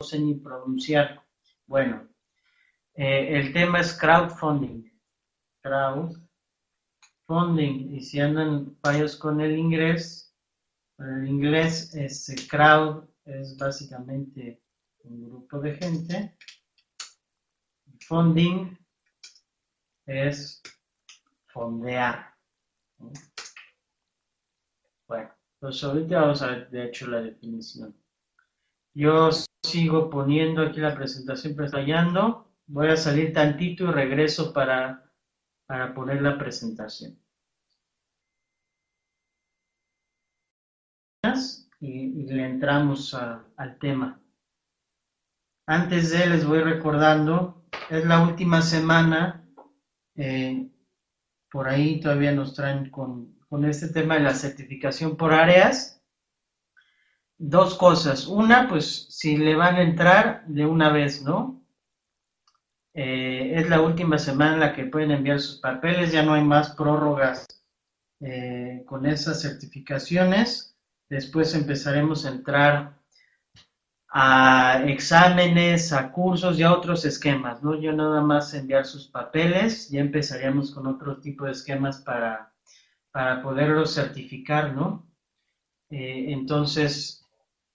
sé ni pronunciar. Bueno, el tema es crowdfunding. Crowdfunding. Y si andan fallos con el inglés, crowd es básicamente un grupo de gente. Funding es fondear, ¿no? Bueno, pues ahorita vamos a ver de hecho la definición. Yo sigo poniendo aquí la presentación fallando. Voy a salir tantito y regreso para poner la presentación. Y le entramos al tema. Antes de les voy recordando, es la última semana, por ahí todavía nos traen con este tema de la certificación por áreas. Dos cosas. Una, pues si le van a entrar de una vez, ¿no? Es la última semana en la que pueden enviar sus papeles, ya no hay más prórrogas con esas certificaciones. Después empezaremos a entrar a exámenes, a cursos y a otros esquemas, ¿no? Yo nada más enviar sus papeles, ya empezaríamos con otro tipo de esquemas para poderlos certificar, ¿no? Entonces,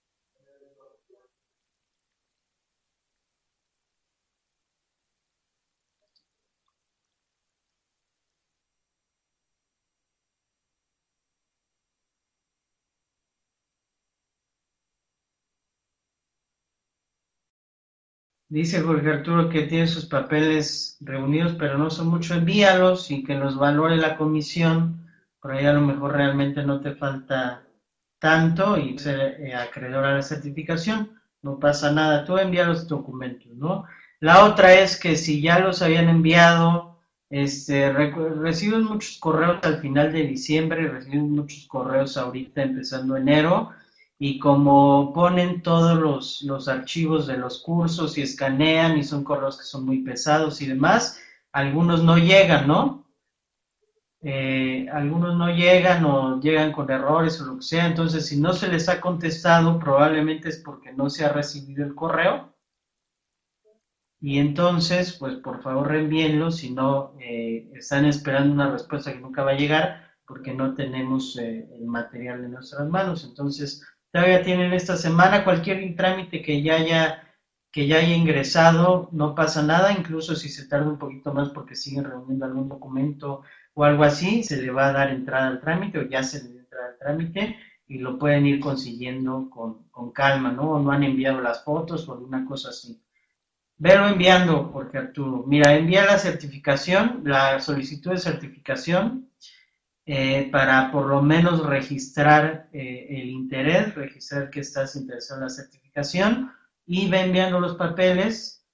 dice Jorge Arturo que tiene sus papeles reunidos, pero no son mucho, envíalos y que los valore la comisión, por ahí a lo mejor realmente no te falta tanto y ser acreedor a la certificación, no pasa nada, tú envía los documentos, ¿no? La otra es que si ya los habían enviado, reciben muchos correos al final de diciembre, reciben muchos correos ahorita empezando enero, y como ponen todos los archivos de los cursos y escanean y son correos que son muy pesados y demás, algunos no llegan, ¿no? Algunos no llegan o llegan con errores o lo que sea, entonces si no se les ha contestado probablemente es porque no se ha recibido el correo y entonces pues por favor reenvíenlo, si no están esperando una respuesta que nunca va a llegar porque no tenemos el material en nuestras manos, entonces todavía tienen esta semana cualquier trámite que ya haya ingresado, no pasa nada, incluso si se tarda un poquito más porque siguen reuniendo algún documento o algo así, se le va a dar entrada al trámite o ya se le da entrada al trámite y lo pueden ir consiguiendo con calma, ¿no? O no han enviado las fotos o alguna cosa así. Velo enviando, Jorge Arturo. Mira, envía la certificación, la solicitud de certificación para por lo menos registrar el interés, registrar que estás interesado en la certificación y va enviando los papeles,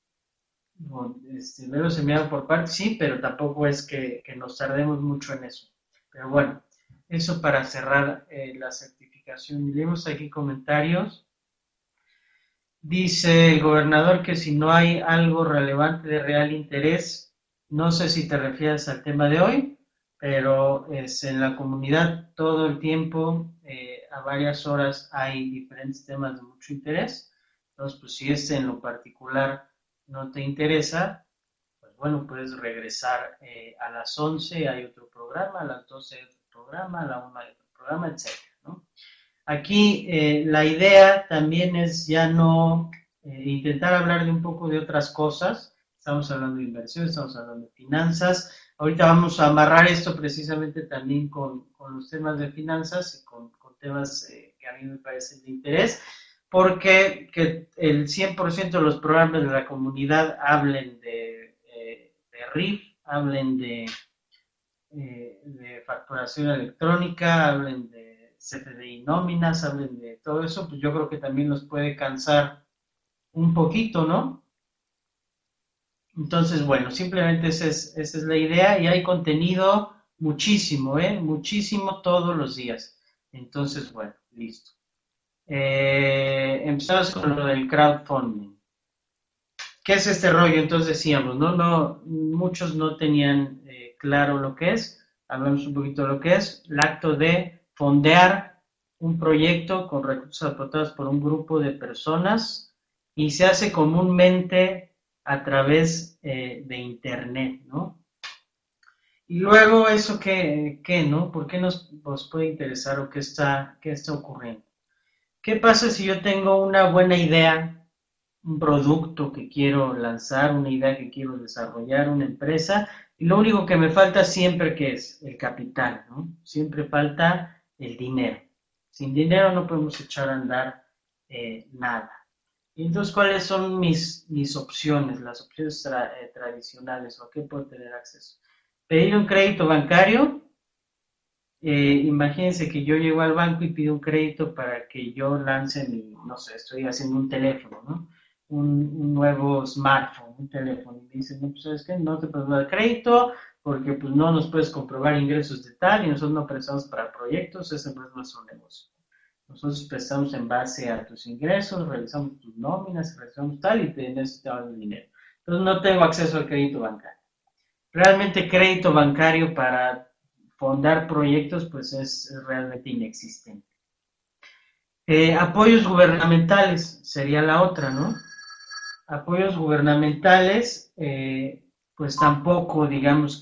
los enviado por parte, sí, pero tampoco es que nos tardemos mucho en eso. Pero bueno, eso para cerrar la certificación. Y leemos aquí comentarios. Dice el gobernador que si no hay algo relevante de real interés, no sé si te refieres al tema de hoy, pero es en la comunidad todo el tiempo, a varias horas hay diferentes temas de mucho interés. Entonces, pues si este en lo particular no te interesa, pues bueno, puedes regresar a las 11 hay otro programa, a las 12 hay otro programa, a la 1 hay otro programa, etcétera, ¿no? Aquí la idea también es ya no intentar hablar de un poco de otras cosas. Estamos hablando de inversión, estamos hablando de finanzas. Ahorita vamos a amarrar esto precisamente también con los temas de finanzas y con temas que a mí me parecen de interés, porque que el 100% de los programas de la comunidad hablen de RIF, hablen de facturación electrónica, hablen de CFDI nóminas, hablen de todo eso, pues yo creo que también nos puede cansar un poquito, ¿no? Entonces, bueno, simplemente esa es la idea y hay contenido muchísimo, ¿eh? Muchísimo todos los días. Entonces, bueno, listo. Empezamos con lo del crowdfunding. ¿Qué es este rollo? Entonces decíamos, no, muchos no tenían claro lo que es. Hablamos un poquito de lo que es. El acto de fondear un proyecto con recursos aportados por un grupo de personas y se hace comúnmente a través de Internet, ¿no? Y luego eso, ¿qué, no? ¿Por qué nos puede interesar o qué está ocurriendo? ¿Qué pasa si yo tengo una buena idea, un producto que quiero lanzar, una idea que quiero desarrollar, una empresa, y lo único que me falta siempre que es el capital, ¿no? Siempre falta el dinero. Sin dinero no podemos echar a andar nada. Y entonces, ¿cuáles son mis opciones, las opciones tradicionales o a qué puedo tener acceso? Pedir un crédito bancario. Imagínense que yo llego al banco y pido un crédito para que yo lance no sé, estoy haciendo un teléfono, ¿no? Un nuevo smartphone, un teléfono. Y me dicen, no, pues sabes qué, no te podemos dar crédito porque pues no nos puedes comprobar ingresos de tal y nosotros no prestamos para proyectos, ese no es nuestro negocio. Nosotros prestamos en base a tus ingresos, realizamos tus nóminas, realizamos tal y te necesitamos el dinero. Entonces no tengo acceso al crédito bancario. Realmente crédito bancario para fondar proyectos pues es realmente inexistente. Apoyos gubernamentales sería la otra, ¿no? Apoyos gubernamentales, pues tampoco digamos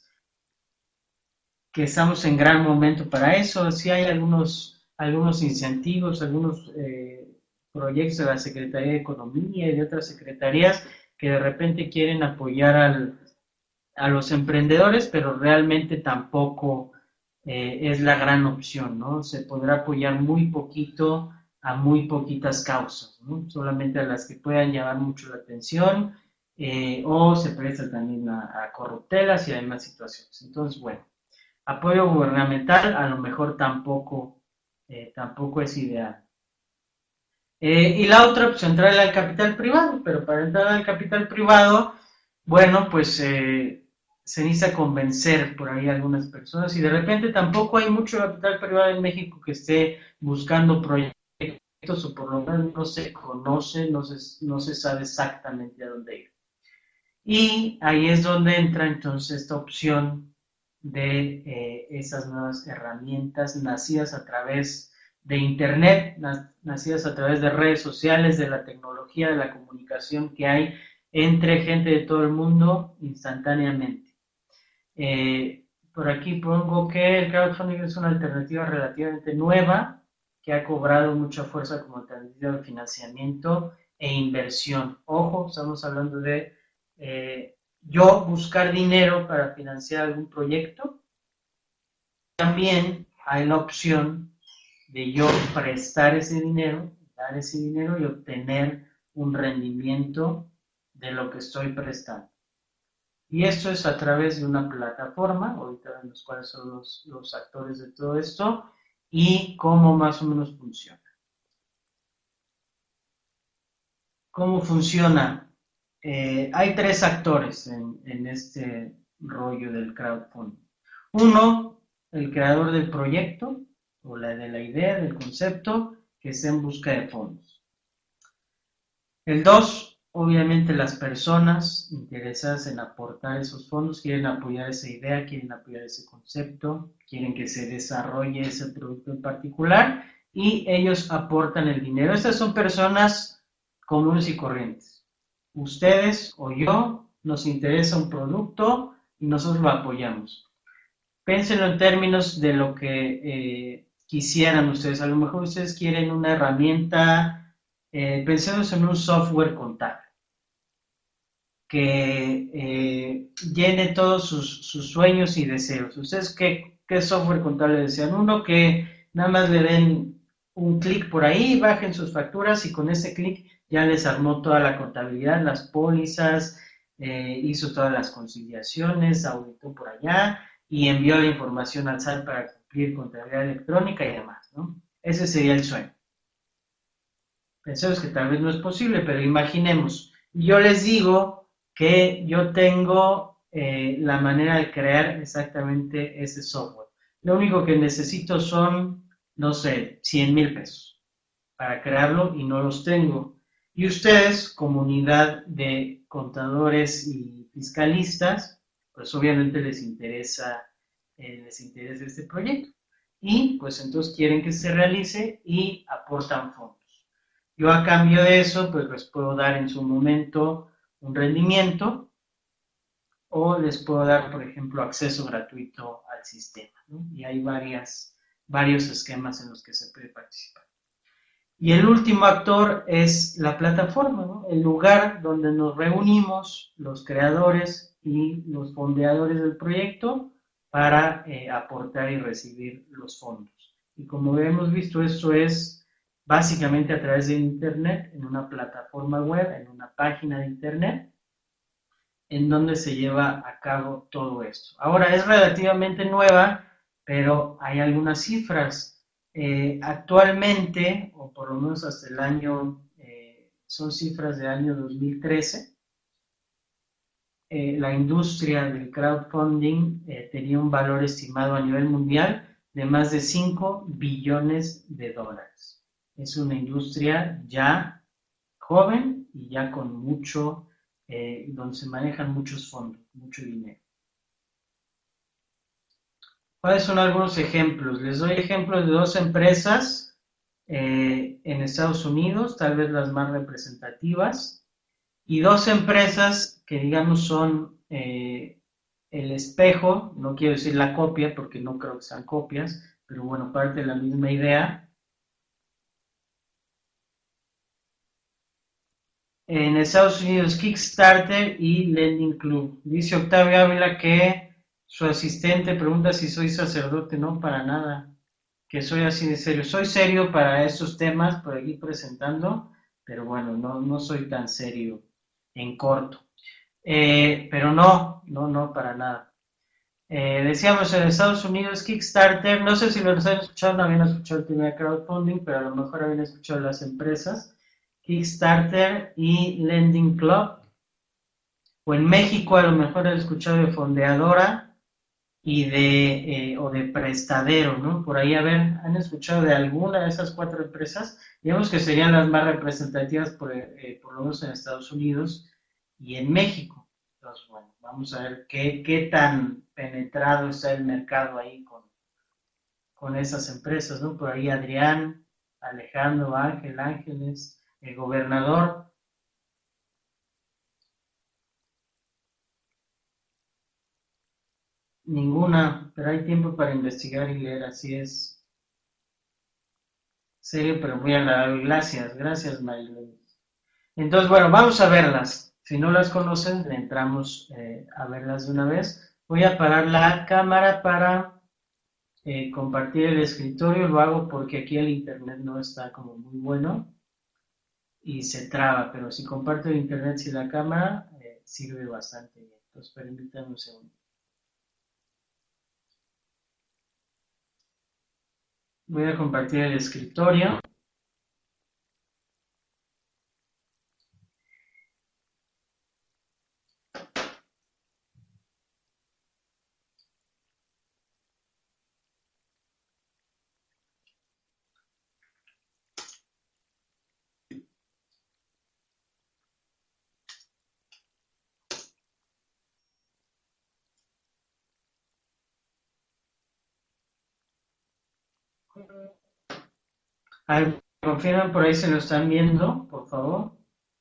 que estamos en gran momento para eso. Sí hay algunos incentivos, algunos proyectos de la Secretaría de Economía y de otras secretarías que de repente quieren apoyar a los emprendedores, pero realmente tampoco es la gran opción, ¿no? Se podrá apoyar muy poquito a muy poquitas causas, ¿no? Solamente a las que puedan llamar mucho la atención o se presta también a corruptelas y a demás situaciones. Entonces, bueno, apoyo gubernamental a lo mejor tampoco es ideal. Y la otra, pues entrar al capital privado, pero para entrar al capital privado, bueno, pues se necesita convencer por ahí a algunas personas y de repente tampoco hay mucho capital privado en México que esté buscando proyectos o por lo menos no se conoce, no se sabe exactamente a dónde ir. Y ahí es donde entra entonces esta opción de esas nuevas herramientas nacidas a través de Internet, nacidas a través de redes sociales, de la tecnología, de la comunicación que hay entre gente de todo el mundo instantáneamente. Por aquí pongo que el crowdfunding es una alternativa relativamente nueva que ha cobrado mucha fuerza como alternativa de financiamiento e inversión. Ojo, estamos hablando de yo buscar dinero para financiar algún proyecto. También hay la opción de yo prestar ese dinero, dar ese dinero y obtener un rendimiento de lo que estoy prestando. Y esto es a través de una plataforma, ahorita vemos cuáles son los actores de todo esto y cómo más o menos funciona. ¿Cómo funciona? Hay tres actores en este rollo del crowdfunding. Uno, el creador del proyecto o de la idea, del concepto, que está en busca de fondos. El dos, obviamente las personas interesadas en aportar esos fondos quieren apoyar esa idea, quieren apoyar ese concepto, quieren que se desarrolle ese producto en particular y ellos aportan el dinero. Estas son personas comunes y corrientes. Ustedes o yo nos interesa un producto y nosotros lo apoyamos. Pénsenlo en términos de lo que quisieran ustedes. A lo mejor ustedes quieren una herramienta, pensemos en un software contable que llene todos sus sueños y deseos. ¿Ustedes qué software contable desean? Uno que nada más le den un clic por ahí, bajen sus facturas y con ese clic ya les armó toda la contabilidad, las pólizas, hizo todas las conciliaciones, auditó por allá y envió la información al SAT para cumplir contabilidad electrónica y demás, ¿no? Ese sería el sueño. Pensemos que tal vez no es posible, pero imaginemos. Yo les digo que yo tengo la manera de crear exactamente ese software. Lo único que necesito son, no sé, 100,000 pesos para crearlo y no los tengo. Y ustedes, comunidad de contadores y fiscalistas, pues obviamente les interesa este proyecto. Y pues entonces quieren que se realice y aportan fondos. Yo a cambio de eso, pues les puedo dar en su momento un rendimiento o les puedo dar, por ejemplo, acceso gratuito al sistema, ¿no? Y hay varios esquemas en los que se puede participar. Y el último actor es la plataforma, ¿no? El lugar donde nos reunimos los creadores y los fondeadores del proyecto para aportar y recibir los fondos. Y como hemos visto, esto es básicamente a través de Internet, en una plataforma web, en una página de Internet, en donde se lleva a cabo todo esto. Ahora es relativamente nueva, pero hay algunas cifras. Actualmente, o por lo menos hasta el año, son cifras del año 2013, la industria del crowdfunding tenía un valor estimado a nivel mundial de más de 5 billones de dólares. Es una industria ya joven y ya con mucho, donde se manejan muchos fondos, mucho dinero. ¿Cuáles son algunos ejemplos? Les doy ejemplos de dos empresas en Estados Unidos, tal vez las más representativas, y dos empresas que digamos son el espejo, no quiero decir la copia porque no creo que sean copias, pero bueno, parte de la misma idea. En Estados Unidos, Kickstarter y Lending Club. Dice Octavio Ávila que su asistente pregunta si soy sacerdote. No, para nada, que soy así de serio. Soy serio para estos temas, por aquí presentando, pero bueno, no soy tan serio en corto. Pero no, para nada. Decíamos en Estados Unidos, Kickstarter, no sé si lo han escuchado, no habían escuchado el tema de crowdfunding, pero a lo mejor habían escuchado las empresas, Kickstarter y Lending Club, o en México a lo mejor han escuchado de Fondeadora y o de Prestadero, ¿no? Por ahí, a ver, ¿han escuchado de alguna de esas cuatro empresas? Digamos que serían las más representativas por lo menos en Estados Unidos y en México. Entonces, bueno, vamos a ver qué tan penetrado está el mercado ahí con esas empresas, ¿no? Por ahí Adrián, Alejandro, Ángeles, el gobernador. Ninguna, pero hay tiempo para investigar y leer, así es. Serio, pero muy agradable. Gracias, Marilyn. Entonces, bueno, vamos a verlas. Si no las conocen, le entramos a verlas de una vez. Voy a parar la cámara para compartir el escritorio. Lo hago porque aquí el internet no está como muy bueno y se traba, pero si comparto el internet sin la cámara, sirve bastante bien. Entonces, permítanme un segundo. Voy a compartir el escritorio. A ver, confirman por ahí si lo están viendo, por favor.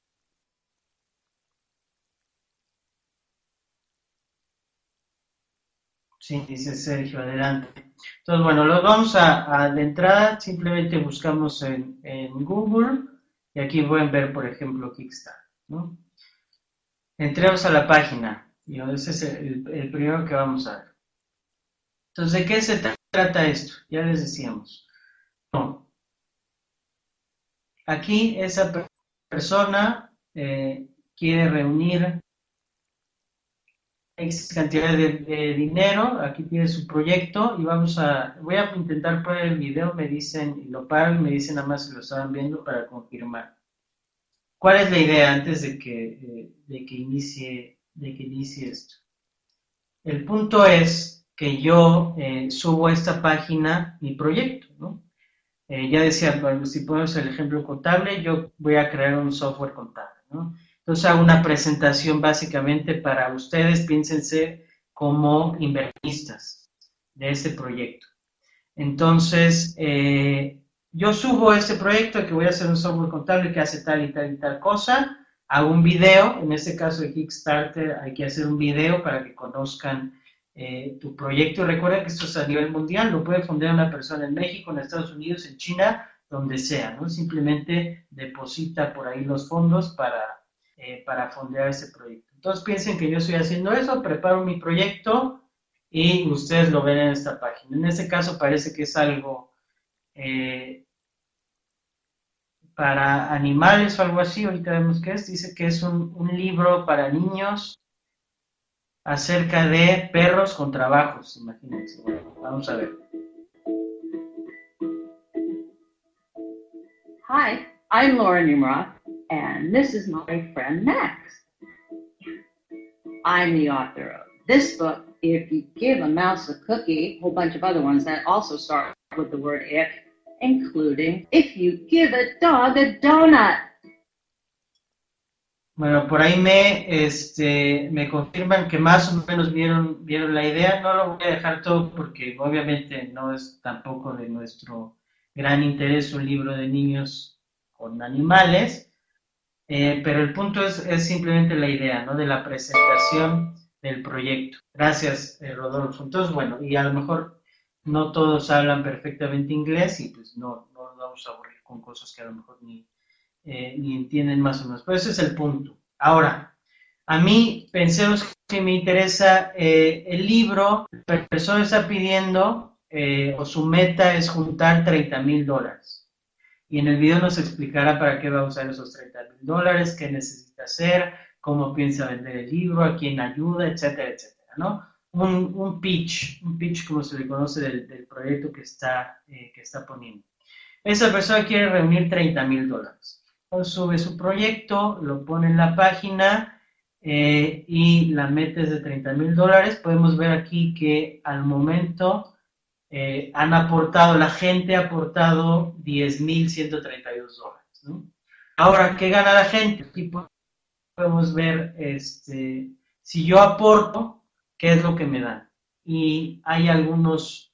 Sí, dice Sergio, adelante. Entonces, bueno, los vamos de entrada, simplemente buscamos en Google y aquí pueden ver, por ejemplo, Kickstarter, ¿no? Entremos a la página y ese es el primero que vamos a ver. Entonces, ¿de qué se trata esto? Ya les decíamos. No. Aquí esa persona quiere reunir X cantidad de dinero, aquí tiene su proyecto y voy a intentar poner el video, me dicen, y lo paro y me dicen nada más si lo estaban viendo para confirmar. ¿Cuál es la idea antes de que inicie esto? El punto es que yo subo a esta página mi proyecto, ¿no? Ya decía, si ponemos el ejemplo contable, yo voy a crear un software contable, ¿no? Entonces hago una presentación básicamente para ustedes, piénsense como inversionistas de este proyecto. Entonces, yo subo este proyecto de que voy a hacer un software contable que hace tal y tal y tal cosa, hago un video, en este caso de Kickstarter hay que hacer un video para que conozcan tu proyecto. Recuerda que esto es a nivel mundial, lo puede fundar una persona en México, en Estados Unidos, en China, donde sea, ¿no? Simplemente deposita por ahí los fondos para fondear ese proyecto. Entonces piensen que yo estoy haciendo eso, preparo mi proyecto y ustedes lo ven en esta página. En este caso parece que es algo eh, para animales o algo así, ahorita vemos qué es, dice que es un libro para niños acerca de perros con trabajos, imagínense. Bueno, vamos a ver. Hi, I'm Laura Nimroth, and this is my friend Max. I'm the author of this book, If You Give a Mouse a Cookie, a whole bunch of other ones that also start with the word if, including If You Give a Dog a Donut. Bueno, por ahí me confirman que más o menos vieron la idea. No lo voy a dejar todo porque obviamente no es tampoco de nuestro gran interés un libro de niños con animales, pero el punto es simplemente la idea, ¿no? De la presentación del proyecto. Gracias, Rodolfo. Entonces, bueno, y a lo mejor no todos hablan perfectamente inglés y pues no nos vamos a aburrir con cosas que a lo mejor ni entienden más o menos. Pero ese es el punto. Ahora, a mí pensemos que me interesa el libro, la persona está pidiendo o su meta es juntar $30,000. Y en el video nos explicará para qué va a usar esos $30,000, qué necesita hacer, cómo piensa vender el libro, a quién ayuda, etcétera, etcétera, ¿no? Un pitch como se le conoce del proyecto que está poniendo. Esa persona quiere reunir $30,000. Entonces sube su proyecto, lo pone en la página y la meta es de $30,000. Podemos ver aquí que al momento han aportado, la gente ha aportado $10,132, ¿no? Ahora, ¿qué gana la gente? Aquí podemos ver, si yo aporto, ¿qué es lo que me dan? Y hay algunos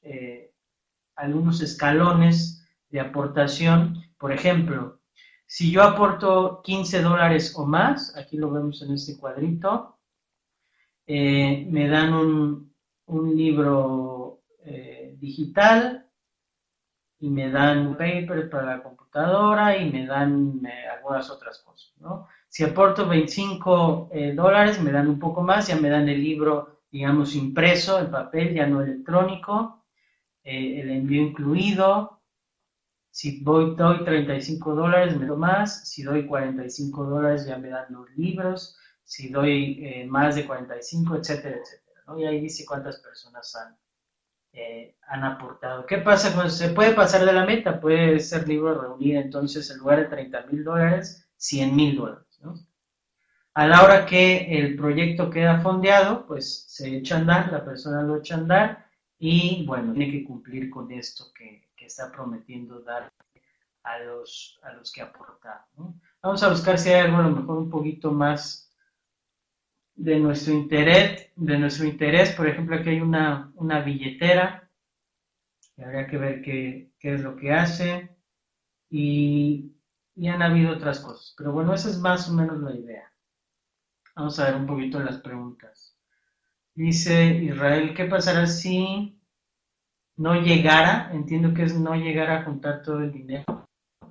escalones de aportación. Por ejemplo, si yo aporto $15 o más, aquí lo vemos en este cuadrito, me dan un libro digital y me dan paper para la computadora y me dan algunas otras cosas, ¿no? Si aporto $25, me dan un poco más, ya me dan el libro, digamos, impreso, en papel, ya no electrónico, el envío incluido. Si doy $35, me doy más. Si doy $45, ya me dan los libros. Si doy más de 45, etcétera, etcétera, ¿no? Y ahí dice cuántas personas han aportado. ¿Qué pasa cuando se puede pasar de la meta? Puede ser libro reunido, entonces en lugar de $30,000, $100,000, ¿no? A la hora que el proyecto queda fondeado, pues se echa a andar, la persona lo echa a andar y bueno, tiene que cumplir con esto que está prometiendo dar a los que aportan, ¿no? Vamos a buscar si hay algo a lo mejor un poquito más de nuestro interés. Por ejemplo, aquí hay una billetera, que habría que ver qué es lo que hace, y han habido otras cosas. Pero bueno, esa es más o menos la idea. Vamos a ver un poquito las preguntas. Dice Israel, ¿qué pasará si no llegara? Entiendo que es no llegar a juntar todo el dinero.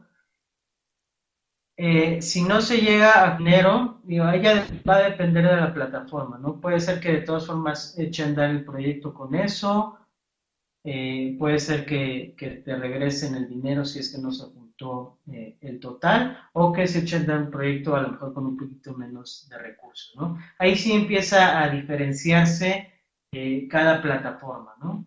Si no se llega a dinero, digo, ahí ya va a depender de la plataforma, ¿no? Puede ser que de todas formas eche a andar el proyecto con eso, puede ser que te regresen el dinero si es que no se juntó el total, o que se eche a andar un proyecto a lo mejor con un poquito menos de recursos, ¿no? Ahí sí empieza a diferenciarse cada plataforma, ¿no?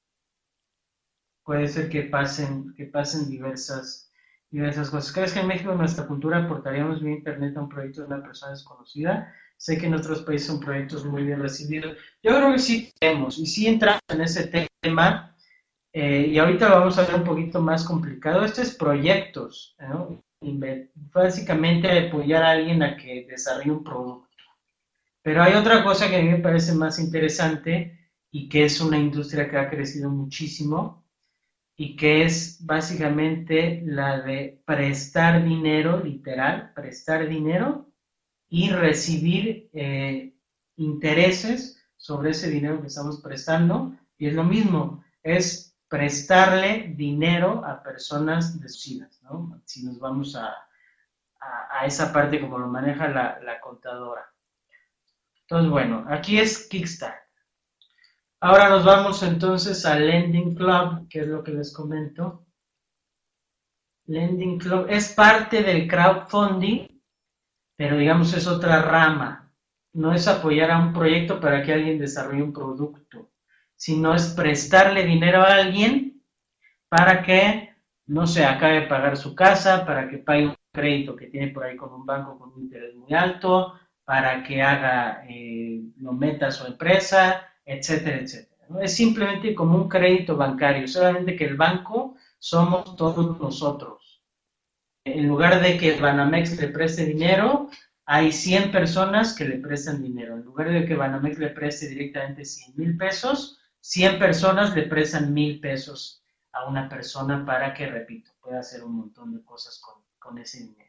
Puede ser que pasen diversas cosas. ¿Crees que en México en nuestra cultura aportaríamos vía internet a un proyecto de una persona desconocida? Sé que en otros países son proyectos muy bien recibidos. Yo creo que sí tenemos, y sí entramos en ese tema, y ahorita lo vamos a ver un poquito más complicado. Esto es proyectos, ¿no? Básicamente apoyar a alguien a que desarrolle un producto. Pero hay otra cosa que a mí me parece más interesante y que es una industria que ha crecido muchísimo, y que es básicamente la de prestar dinero, literal, prestar dinero y recibir intereses sobre ese dinero que estamos prestando. Y es lo mismo, es prestarle dinero a personas desconocidas, ¿no? Si nos vamos a esa parte como lo maneja la contadora. Entonces, bueno, aquí es Kickstart. Ahora nos vamos entonces a Lending Club, que es lo que les comento. Lending Club es parte del crowdfunding, pero digamos es otra rama. No es apoyar a un proyecto para que alguien desarrolle un producto, sino es prestarle dinero a alguien para que, no sé, acabe de pagar su casa, para que pague un crédito que tiene por ahí con un banco con un interés muy alto, para que haga, lo meta a su empresa, etcétera, etcétera, ¿no? Es simplemente como un crédito bancario, solamente que el banco somos todos nosotros. En lugar de que Banamex le preste dinero, hay 100 personas que le prestan dinero. En lugar de que Banamex le preste directamente 100,000 pesos, 100 personas le prestan 1,000 pesos a una persona para que, repito, pueda hacer un montón de cosas con ese dinero.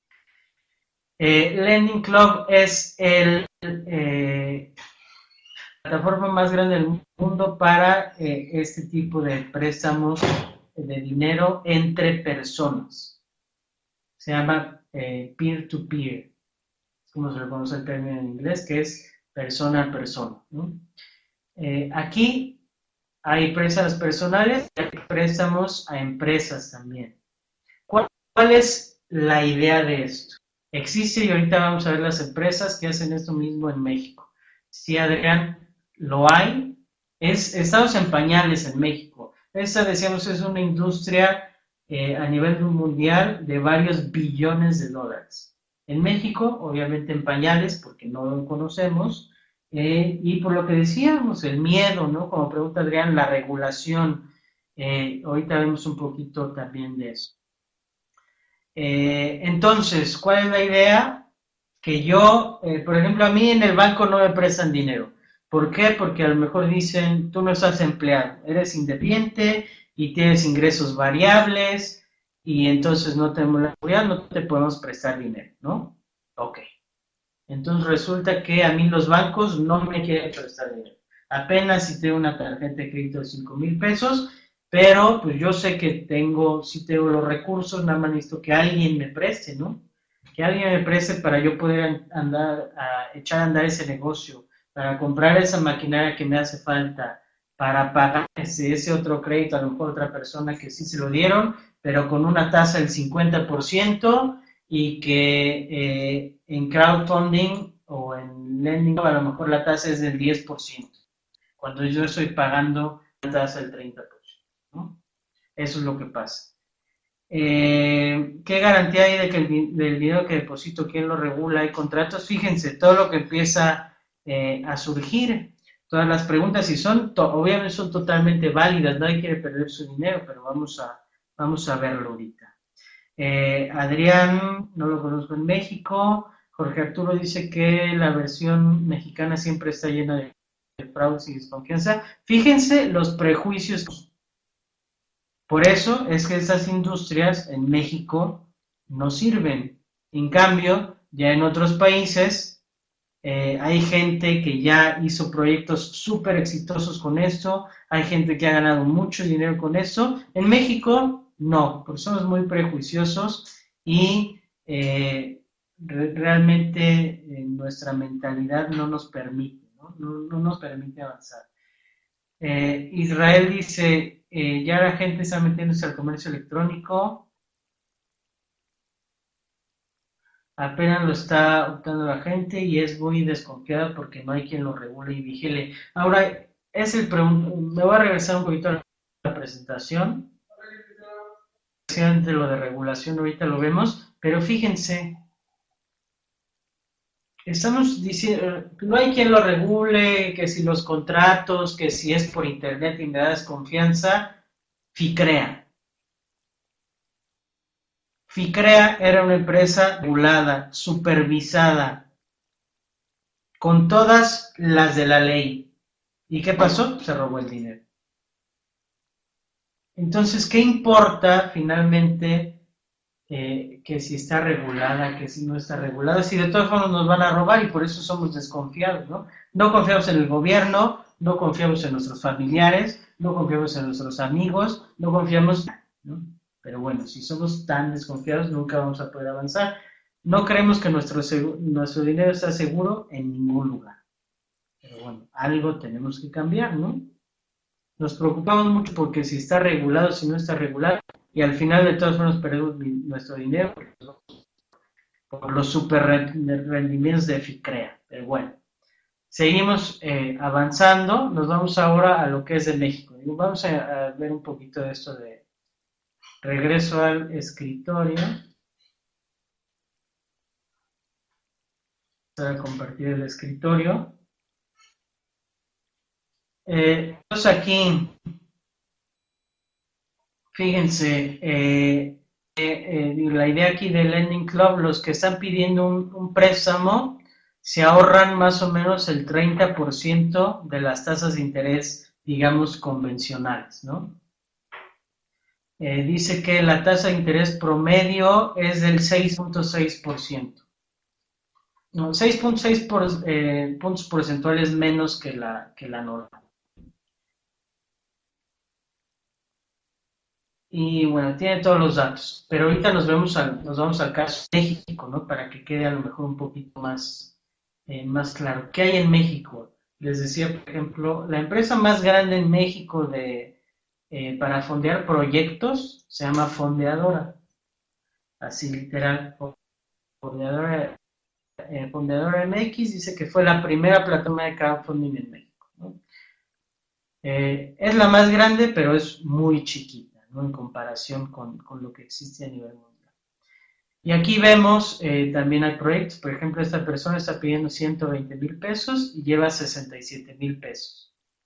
Lending Club es la plataforma más grande del mundo para este tipo de préstamos de dinero entre personas. Se llama peer-to-peer, como se le conoce el término en inglés, que es persona a persona, ¿no? Aquí hay préstamos personales y hay préstamos a empresas también. ¿Cuál es la idea de esto? Existe, y ahorita vamos a ver las empresas que hacen esto mismo en México. Sí, Adrián, lo hay. Estamos en pañales en México. Esta, decíamos, es una industria a nivel mundial de varios billones de dólares. En México, obviamente en pañales, porque no lo conocemos, y por lo que decíamos, el miedo, ¿no? Como pregunta Adrián, la regulación. Ahorita vemos un poquito también de eso. Entonces, ¿cuál es la idea? Que yo, por ejemplo, a mí en el banco no me prestan dinero. ¿Por qué? Porque a lo mejor dicen, tú no estás empleado, eres independiente y tienes ingresos variables y entonces no tenemos la seguridad, no te podemos prestar dinero, ¿no? Ok. Entonces resulta que a mí los bancos no me quieren prestar dinero. Apenas si tengo una tarjeta de crédito de 5,000 pesos, pero pues yo sé que si tengo los recursos, nada más necesito que alguien me preste, ¿no? Que alguien me preste para yo poder echar a andar ese negocio, para comprar esa maquinaria que me hace falta, para pagar ese otro crédito, a lo mejor otra persona que sí se lo dieron, pero con una tasa del 50% y que en crowdfunding o en lending a lo mejor la tasa es del 10%, cuando yo estoy pagando la tasa del 30%, ¿no? Eso es lo que pasa. ¿Qué garantía hay de que del dinero que deposito, quién lo regula? ¿Hay contratos? Fíjense, todo lo que empieza a surgir, todas las preguntas, y obviamente son totalmente válidas, nadie quiere perder su dinero, pero vamos a verlo ahorita. Adrián, no lo conozco en México. Jorge Arturo dice que la versión mexicana siempre está llena de fraudes y desconfianza. Fíjense los prejuicios. Por eso es que esas industrias en México no sirven. En cambio, ya en otros países hay gente que ya hizo proyectos súper exitosos con esto, hay gente que ha ganado mucho dinero con esto. En México, no, porque somos muy prejuiciosos y realmente nuestra mentalidad no nos permite, no nos permite avanzar. Israel dice, ya la gente está metiéndose al comercio electrónico, apenas lo está optando la gente y es muy desconfiada porque no hay quien lo regule y vigile. Ahora, me voy a regresar un poquito a la presentación. De lo de regulación ahorita lo vemos, pero fíjense, estamos diciendo, no hay quien lo regule, que si los contratos, que si es por internet y me da desconfianza. FICREA era una empresa regulada, supervisada, con todas las de la ley. ¿Y qué pasó? Se robó el dinero. Entonces, ¿qué importa finalmente que si está regulada, que si no está regulada? Si de todas formas nos van a robar y por eso somos desconfiados, ¿no? No confiamos en el gobierno, no confiamos en nuestros familiares, no confiamos en nuestros amigos, no confiamos, ¿no? Pero bueno, si somos tan desconfiados, nunca vamos a poder avanzar. No creemos que nuestro dinero está seguro en ningún lugar. Pero bueno, algo tenemos que cambiar, ¿no? Nos preocupamos mucho porque si está regulado, si no está regulado, y al final de todas formas perdemos nuestro dinero por los super rendimientos de FICREA. Pero bueno, seguimos avanzando, nos vamos ahora a lo que es de México. Vamos a ver un poquito de esto de regreso al escritorio. Voy a compartir el escritorio. Entonces aquí, fíjense, la idea aquí del Lending Club, los que están pidiendo un préstamo se ahorran más o menos el 30% de las tasas de interés, digamos, convencionales, ¿no? Dice que la tasa de interés promedio es del 6.6%. No, 6.6 puntos porcentuales menos que la norma. Y bueno, tiene todos los datos. Pero ahorita nos vamos al caso de México, ¿no? Para que quede a lo mejor un poquito más claro. ¿Qué hay en México? Les decía, por ejemplo, la empresa más grande en México para fondear proyectos se llama Fondeadora. Así literal, Fondeadora, Fondeadora MX dice que fue la primera plataforma de crowdfunding en México, ¿no? Es la más grande, pero es muy chiquita, ¿no? En comparación con lo que existe a nivel mundial. Y aquí vemos también hay proyectos, por ejemplo, esta persona está pidiendo 120,000 pesos y lleva 67,000 pesos.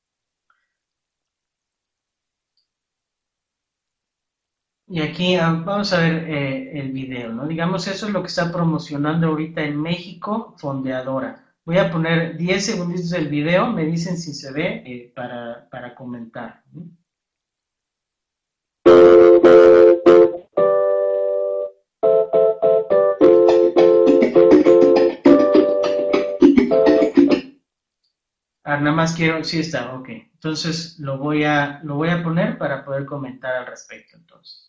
Y aquí vamos a ver el video, ¿no? Digamos, eso es lo que está promocionando ahorita en México, Fondeadora. Voy a poner 10 segunditos del video, me dicen si se ve para comentar, ¿no? Nada más quiero, sí está, ok. Entonces lo voy a poner para poder comentar al respecto, entonces.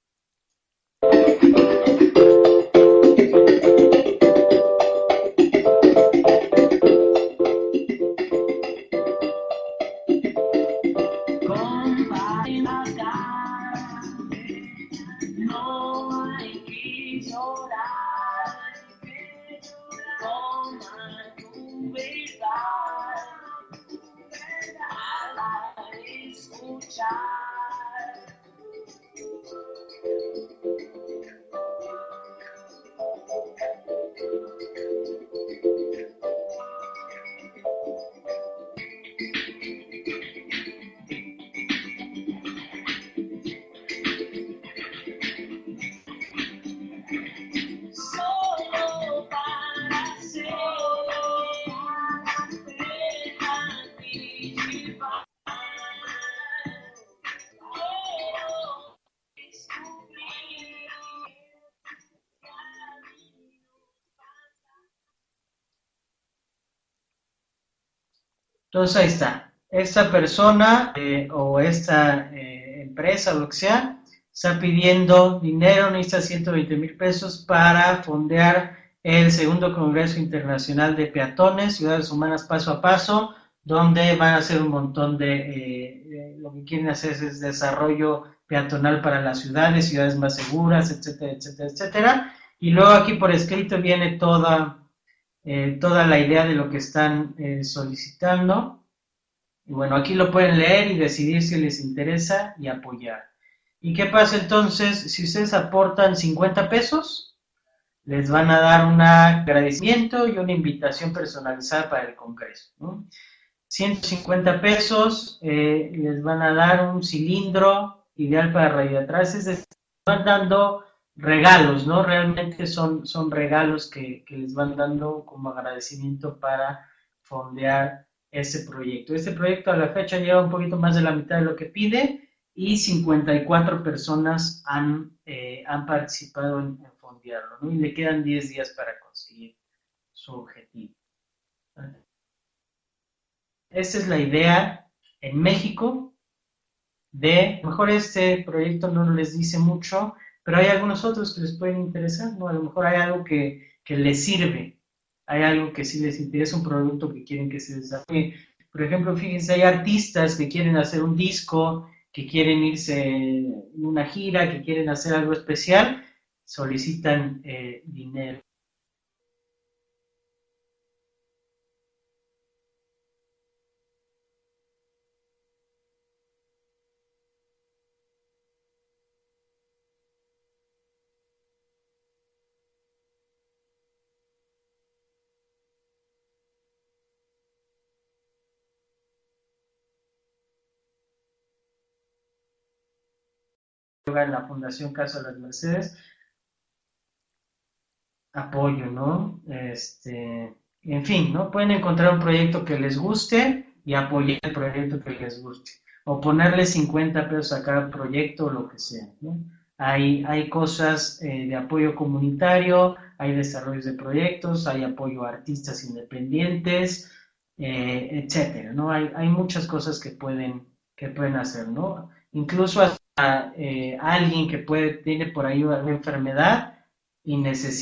Entonces ahí está. Esta persona o esta empresa o lo que sea está pidiendo dinero, necesita 120,000 pesos para fondear el segundo Congreso Internacional de Peatones, Ciudades Humanas Paso a Paso, donde van a hacer un montón lo que quieren hacer es desarrollo peatonal para las ciudades más seguras, etcétera, etcétera, etcétera. Y luego aquí por escrito viene toda la idea de lo que están solicitando. Y bueno, aquí lo pueden leer y decidir si les interesa y apoyar. ¿Y qué pasa entonces? Si ustedes aportan 50 pesos, les van a dar un agradecimiento y una invitación personalizada para el Congreso, ¿no? 150 pesos, les van a dar un cilindro ideal para radioatrás, es van dando regalos, ¿no? Realmente son regalos que les van dando como agradecimiento para fondear ese proyecto. Este proyecto a la fecha lleva un poquito más de la mitad de lo que pide y 54 personas han participado en fondearlo, ¿no? Y le quedan 10 días para conseguir su objetivo. Esta es la idea en México a lo mejor este proyecto no les dice mucho, pero hay algunos otros que les pueden interesar, ¿no? A lo mejor hay algo que les sirve, hay algo que sí les interesa, un producto que quieren que se desarrolle. Por ejemplo, fíjense, hay artistas que quieren hacer un disco, que quieren irse en una gira, que quieren hacer algo especial, solicitan dinero. En la Fundación Casa de las Mercedes, apoyo, ¿no? En fin, ¿no? Pueden encontrar un proyecto que les guste y apoyar el proyecto que les guste. O ponerle 50 pesos a cada proyecto o lo que sea, ¿no? Hay cosas de apoyo comunitario, hay desarrollos de proyectos, hay apoyo a artistas independientes, etcétera, ¿no? Hay muchas cosas que pueden hacer, ¿no? Incluso hasta alguien que tiene por ahí una enfermedad y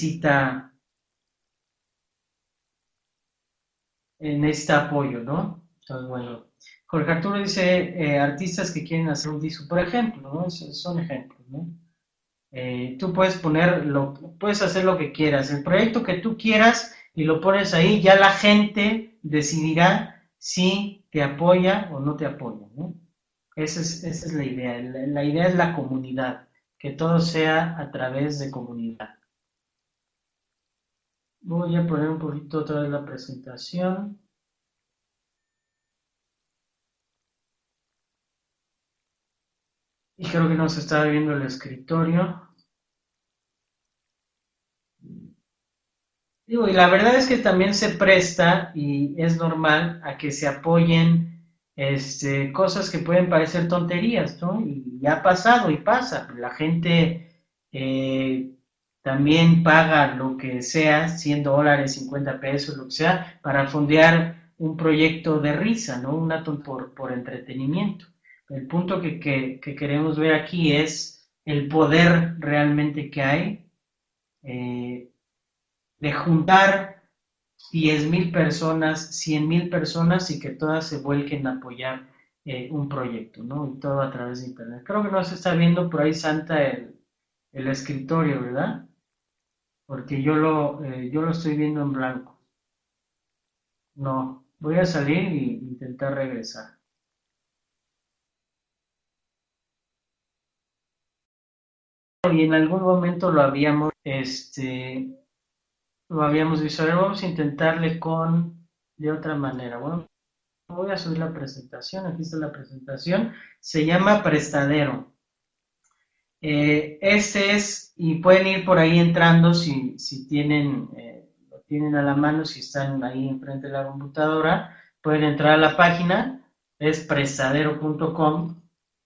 necesita apoyo, ¿no? Entonces, bueno, Jorge Arturo dice, artistas que quieren hacer un disco, por ejemplo, ¿no? Son ejemplos, ¿no? Tú puedes hacer lo que quieras, el proyecto que tú quieras y lo pones ahí, ya la gente decidirá si te apoya o no te apoya, ¿no? Esa es la idea. La idea es la comunidad, que todo sea a través de comunidad. Voy a poner un poquito otra vez la presentación. Y creo que no se está viendo el escritorio. Digo, y la verdad es que también se presta y es normal a que se apoyen cosas que pueden parecer tonterías, ¿no? Y ya ha pasado y pasa. La gente también paga lo que sea, $100, 50 pesos, lo que sea, para fondear un proyecto de risa, ¿no? Por entretenimiento. El punto que queremos ver aquí es el poder realmente que hay de juntar 10,000 personas, 100,000 personas y que todas se vuelquen a apoyar un proyecto, ¿no? Y todo a través de internet. Creo que no se está viendo por ahí, Santa, el escritorio, ¿verdad? Porque yo lo estoy viendo en blanco. No, voy a salir e intentar regresar. Y en algún momento lo habíamos visto. A ver, vamos a intentarle de otra manera. Bueno, voy a subir la presentación, aquí está la presentación, se llama Prestadero. Y pueden ir por ahí entrando si lo tienen a la mano, si están ahí enfrente de la computadora, pueden entrar a la página, es prestadero.com.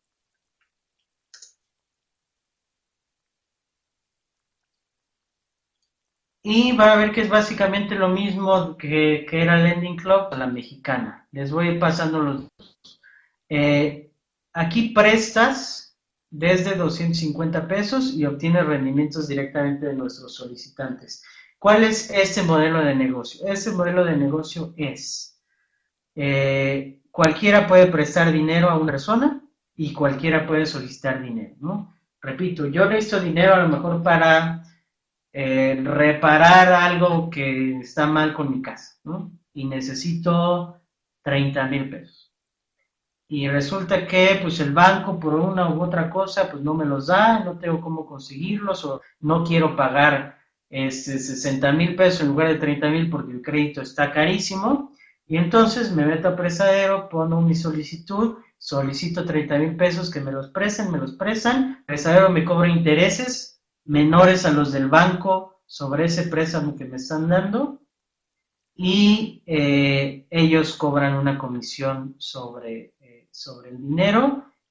Y van a ver que es básicamente lo mismo que era Lending Club, la mexicana. Les voy a ir pasando los dos. Aquí prestas desde 250 pesos y obtienes rendimientos directamente de nuestros solicitantes. ¿Cuál es este modelo de negocio? Este modelo de negocio es, cualquiera puede prestar dinero a una persona y cualquiera puede solicitar dinero, ¿no? Repito, yo necesito dinero a lo mejor para reparar algo que está mal con mi casa, ¿no? Y necesito 30,000 pesos. Y resulta que pues el banco por una u otra cosa pues no me los da, no tengo cómo conseguirlos o no quiero pagar 60,000 pesos en lugar de 30,000 porque el crédito está carísimo. Y entonces me meto a Prestadero, pongo mi solicitud, solicito 30,000 pesos que me los prestan, Prestadero me cobra intereses menores a los del banco sobre ese préstamo que me están dando y ellos cobran una comisión sobre el dinero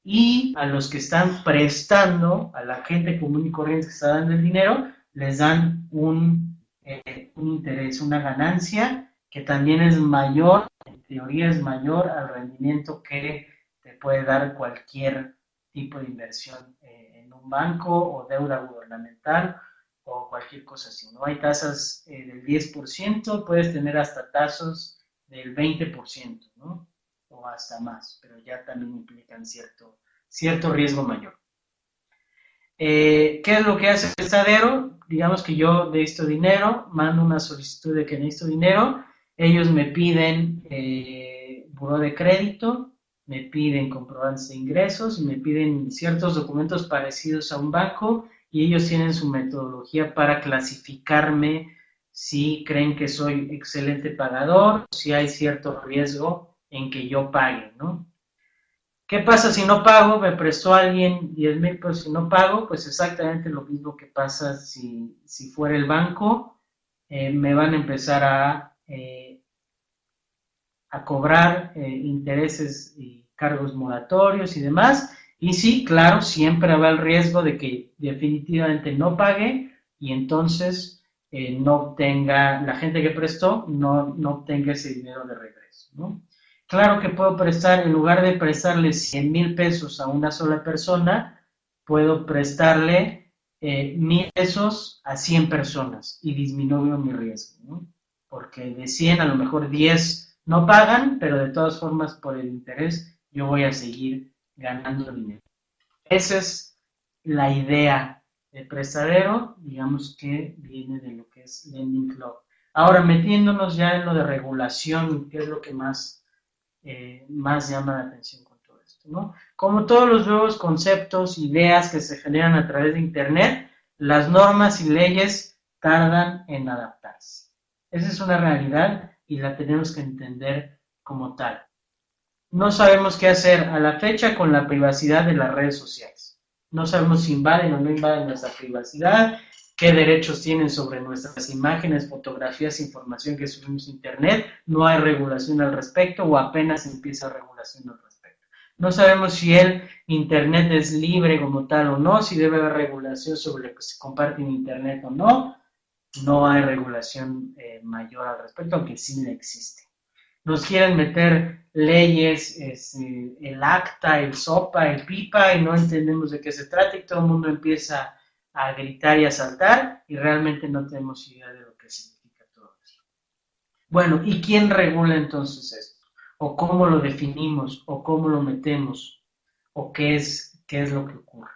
y a los que están prestando, a la gente común y corriente que está dando el dinero, les dan un interés, una ganancia que también es mayor, en teoría es mayor al rendimiento que te puede dar cualquier tipo de inversión en un banco o deuda gubernamental o cualquier cosa así. No hay tasas del 10%, puedes tener hasta tasas del 20%, ¿no? O hasta más, pero ya también implican cierto riesgo mayor. ¿Qué es lo que hace el prestadero? Digamos que yo necesito dinero, mando una solicitud de que necesito dinero, ellos me piden buró de crédito, me piden comprobantes de ingresos, me piden ciertos documentos parecidos a un banco y ellos tienen su metodología para clasificarme si creen que soy excelente pagador, si hay cierto riesgo en que yo pague, ¿no? ¿Qué pasa si no pago? Me prestó alguien 10,000 pesos y no pago, pues exactamente lo mismo que pasa si fuera el banco, me van a empezar a cobrar intereses y cargos moratorios y demás, y sí, claro, siempre habrá el riesgo de que definitivamente no pague y entonces no obtenga, la gente que prestó no obtenga ese dinero de regreso, ¿no? Claro que puedo prestar, en lugar de prestarle 100,000 pesos a una sola persona, puedo prestarle 1,000 pesos a 100 personas y disminuyo mi riesgo, ¿no? Porque de 100 a lo mejor 10 no pagan, pero de todas formas por el interés yo voy a seguir ganando dinero. Esa es la idea del prestadero, digamos que viene de lo que es Lending Club. Ahora, metiéndonos ya en lo de regulación, que es lo que más llama la atención con todo esto, ¿no? Como todos los nuevos conceptos, ideas que se generan a través de Internet, las normas y leyes tardan en adaptarse. Esa es una realidad y la tenemos que entender como tal. No sabemos qué hacer a la fecha con la privacidad de las redes sociales. No sabemos si invaden o no invaden nuestra privacidad, qué derechos tienen sobre nuestras imágenes, fotografías, información que subimos a Internet. No hay regulación al respecto o apenas empieza regulación al respecto. No sabemos si el Internet es libre como tal o no, si debe haber regulación sobre lo que se comparte en Internet o no. No hay regulación mayor al respecto, aunque sí la existe. Nos quieren meter leyes, el ACTA, el SOPA, el PIPA, y no entendemos de qué se trata y todo el mundo empieza a gritar y a saltar y realmente no tenemos idea de lo que significa todo eso. Bueno, ¿y quién regula entonces esto? ¿O cómo lo definimos? ¿O cómo lo metemos? ¿O qué es lo que ocurre?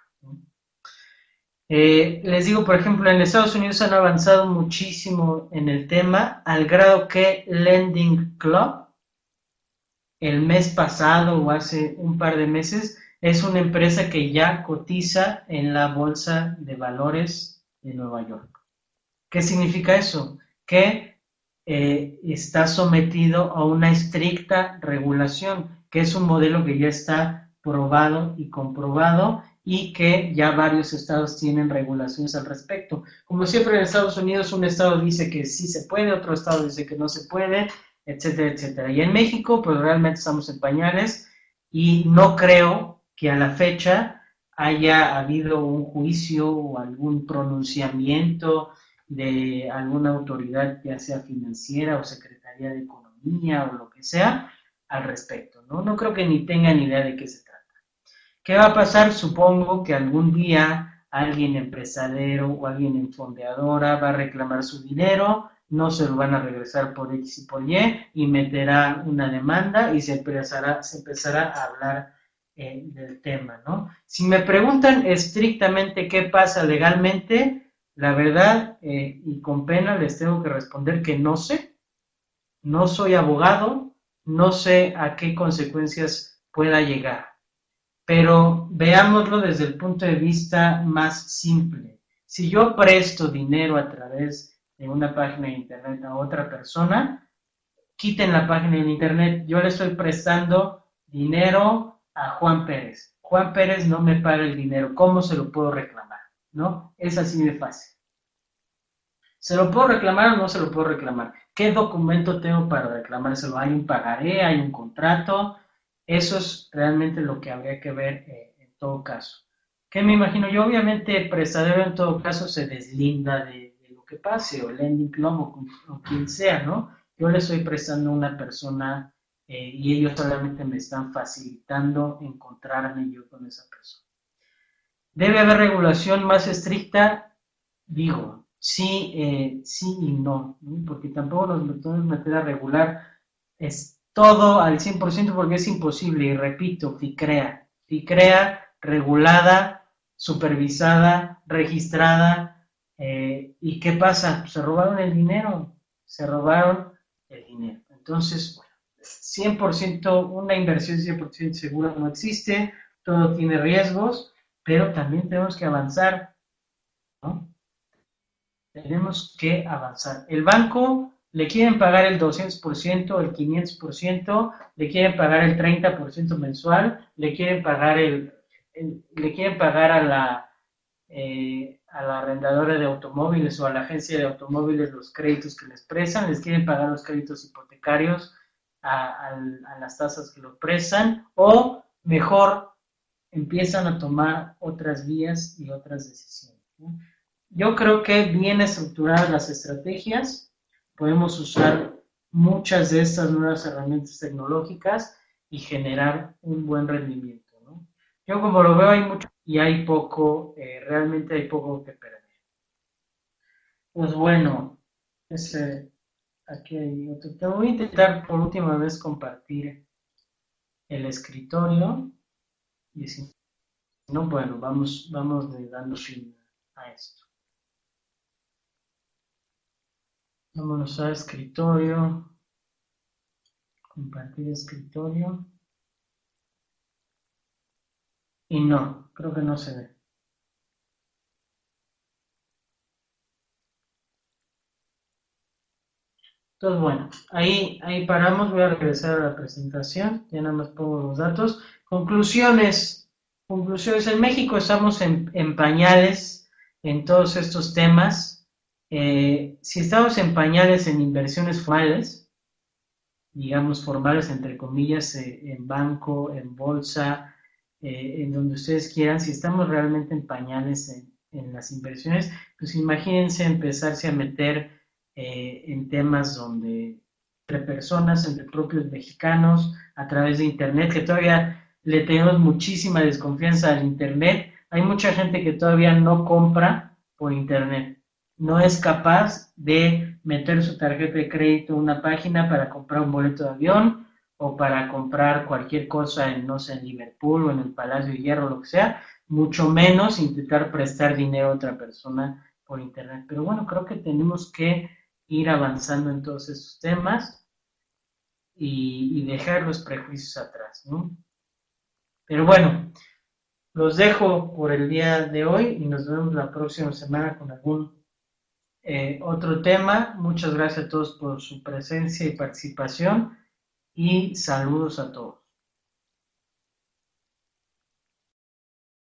Les digo, por ejemplo, en Estados Unidos han avanzado muchísimo en el tema, al grado que Lending Club, el mes pasado o hace un par de meses, es una empresa que ya cotiza en la Bolsa de Valores de Nueva York. ¿Qué significa eso? Que está sometido a una estricta regulación, que es un modelo que ya está probado y comprobado y que ya varios estados tienen regulaciones al respecto. Como siempre en Estados Unidos, un estado dice que sí se puede, otro estado dice que no se puede, etcétera, etcétera. Y en México, pues realmente estamos en pañales y no creo que a la fecha haya habido un juicio o algún pronunciamiento de alguna autoridad, ya sea financiera o Secretaría de Economía o lo que sea, al respecto, ¿no? No creo que ni tengan idea de qué se trata. ¿Qué va a pasar? Supongo que algún día alguien empresario o alguien en fondeadora va a reclamar su dinero, no se lo van a regresar por X y por Y meterá una demanda y se empezará a hablar del tema, ¿no? Si me preguntan estrictamente qué pasa legalmente, la verdad, y con pena les tengo que responder que no sé, no soy abogado, no sé a qué consecuencias pueda llegar. Pero veámoslo desde el punto de vista más simple. Si yo presto dinero a través de una página de internet a otra persona, quiten la página de internet, yo le estoy prestando dinero a Juan Pérez. Juan Pérez no me paga el dinero, ¿cómo se lo puedo reclamar? ¿No? Es así de fácil. ¿Se lo puedo reclamar o no se lo puedo reclamar? ¿Qué documento tengo para reclamárselo? ¿Hay un pagaré? ¿Hay un contrato? Eso es realmente lo que habría que ver en todo caso. ¿Qué me imagino? Yo obviamente el prestadero en todo caso se deslinda de lo que pase, o el lending club o quien sea, ¿no? Yo le estoy prestando a una persona y ellos solamente me están facilitando encontrarme yo con esa persona. ¿Debe haber regulación más estricta? Digo, sí, sí y no, ¿no? Porque tampoco nos podemos meter a regular es todo al 100% porque es imposible, y repito, FICREA regulada, supervisada, registrada, ¿y qué pasa? Pues se robaron el dinero, se robaron el dinero. Entonces, bueno, 100%, una inversión 100% segura no existe, todo tiene riesgos, pero también tenemos que avanzar, ¿no? Tenemos que avanzar. El banco le quieren pagar el 200%, el 500%, le quieren pagar el 30% mensual, le quieren pagar le quieren pagar a la arrendadora de automóviles o a la agencia de automóviles los créditos que les prestan, les quieren pagar los créditos hipotecarios a las tasas que los prestan, o mejor empiezan a tomar otras vías y otras decisiones, ¿no? Yo creo que bien estructuradas las estrategias, podemos usar muchas de estas nuevas herramientas tecnológicas y generar un buen rendimiento, ¿no? Yo como lo veo hay mucho y hay poco, realmente hay poco que perder. Pues bueno, aquí hay otro. Te voy a intentar por última vez compartir el escritorio y si no, bueno, vamos dando fin a esto. Vámonos a escritorio, compartir escritorio. Y no, creo que no se ve. Entonces, bueno, ahí paramos. Voy a regresar a la presentación. Ya nada más pongo los datos. Conclusiones. Conclusiones. En México estamos en pañales en todos estos temas. Si estamos en pañales en inversiones formales, digamos formales entre comillas, en banco, en bolsa, en donde ustedes quieran, si estamos realmente en pañales en las inversiones, pues imagínense empezarse a meter en temas donde entre personas, entre propios mexicanos, a través de Internet, que todavía le tenemos muchísima desconfianza al Internet. Hay mucha gente que todavía no compra por Internet, no es capaz de meter su tarjeta de crédito en una página para comprar un boleto de avión o para comprar cualquier cosa en, no sé, en Liverpool o en el Palacio de Hierro, lo que sea, mucho menos intentar prestar dinero a otra persona por Internet. Pero bueno, creo que tenemos que ir avanzando en todos esos temas y dejar los prejuicios atrás, ¿no? Pero bueno, los dejo por el día de hoy y nos vemos la próxima semana con algún otro tema. Muchas gracias a todos por su presencia y participación y saludos a todos.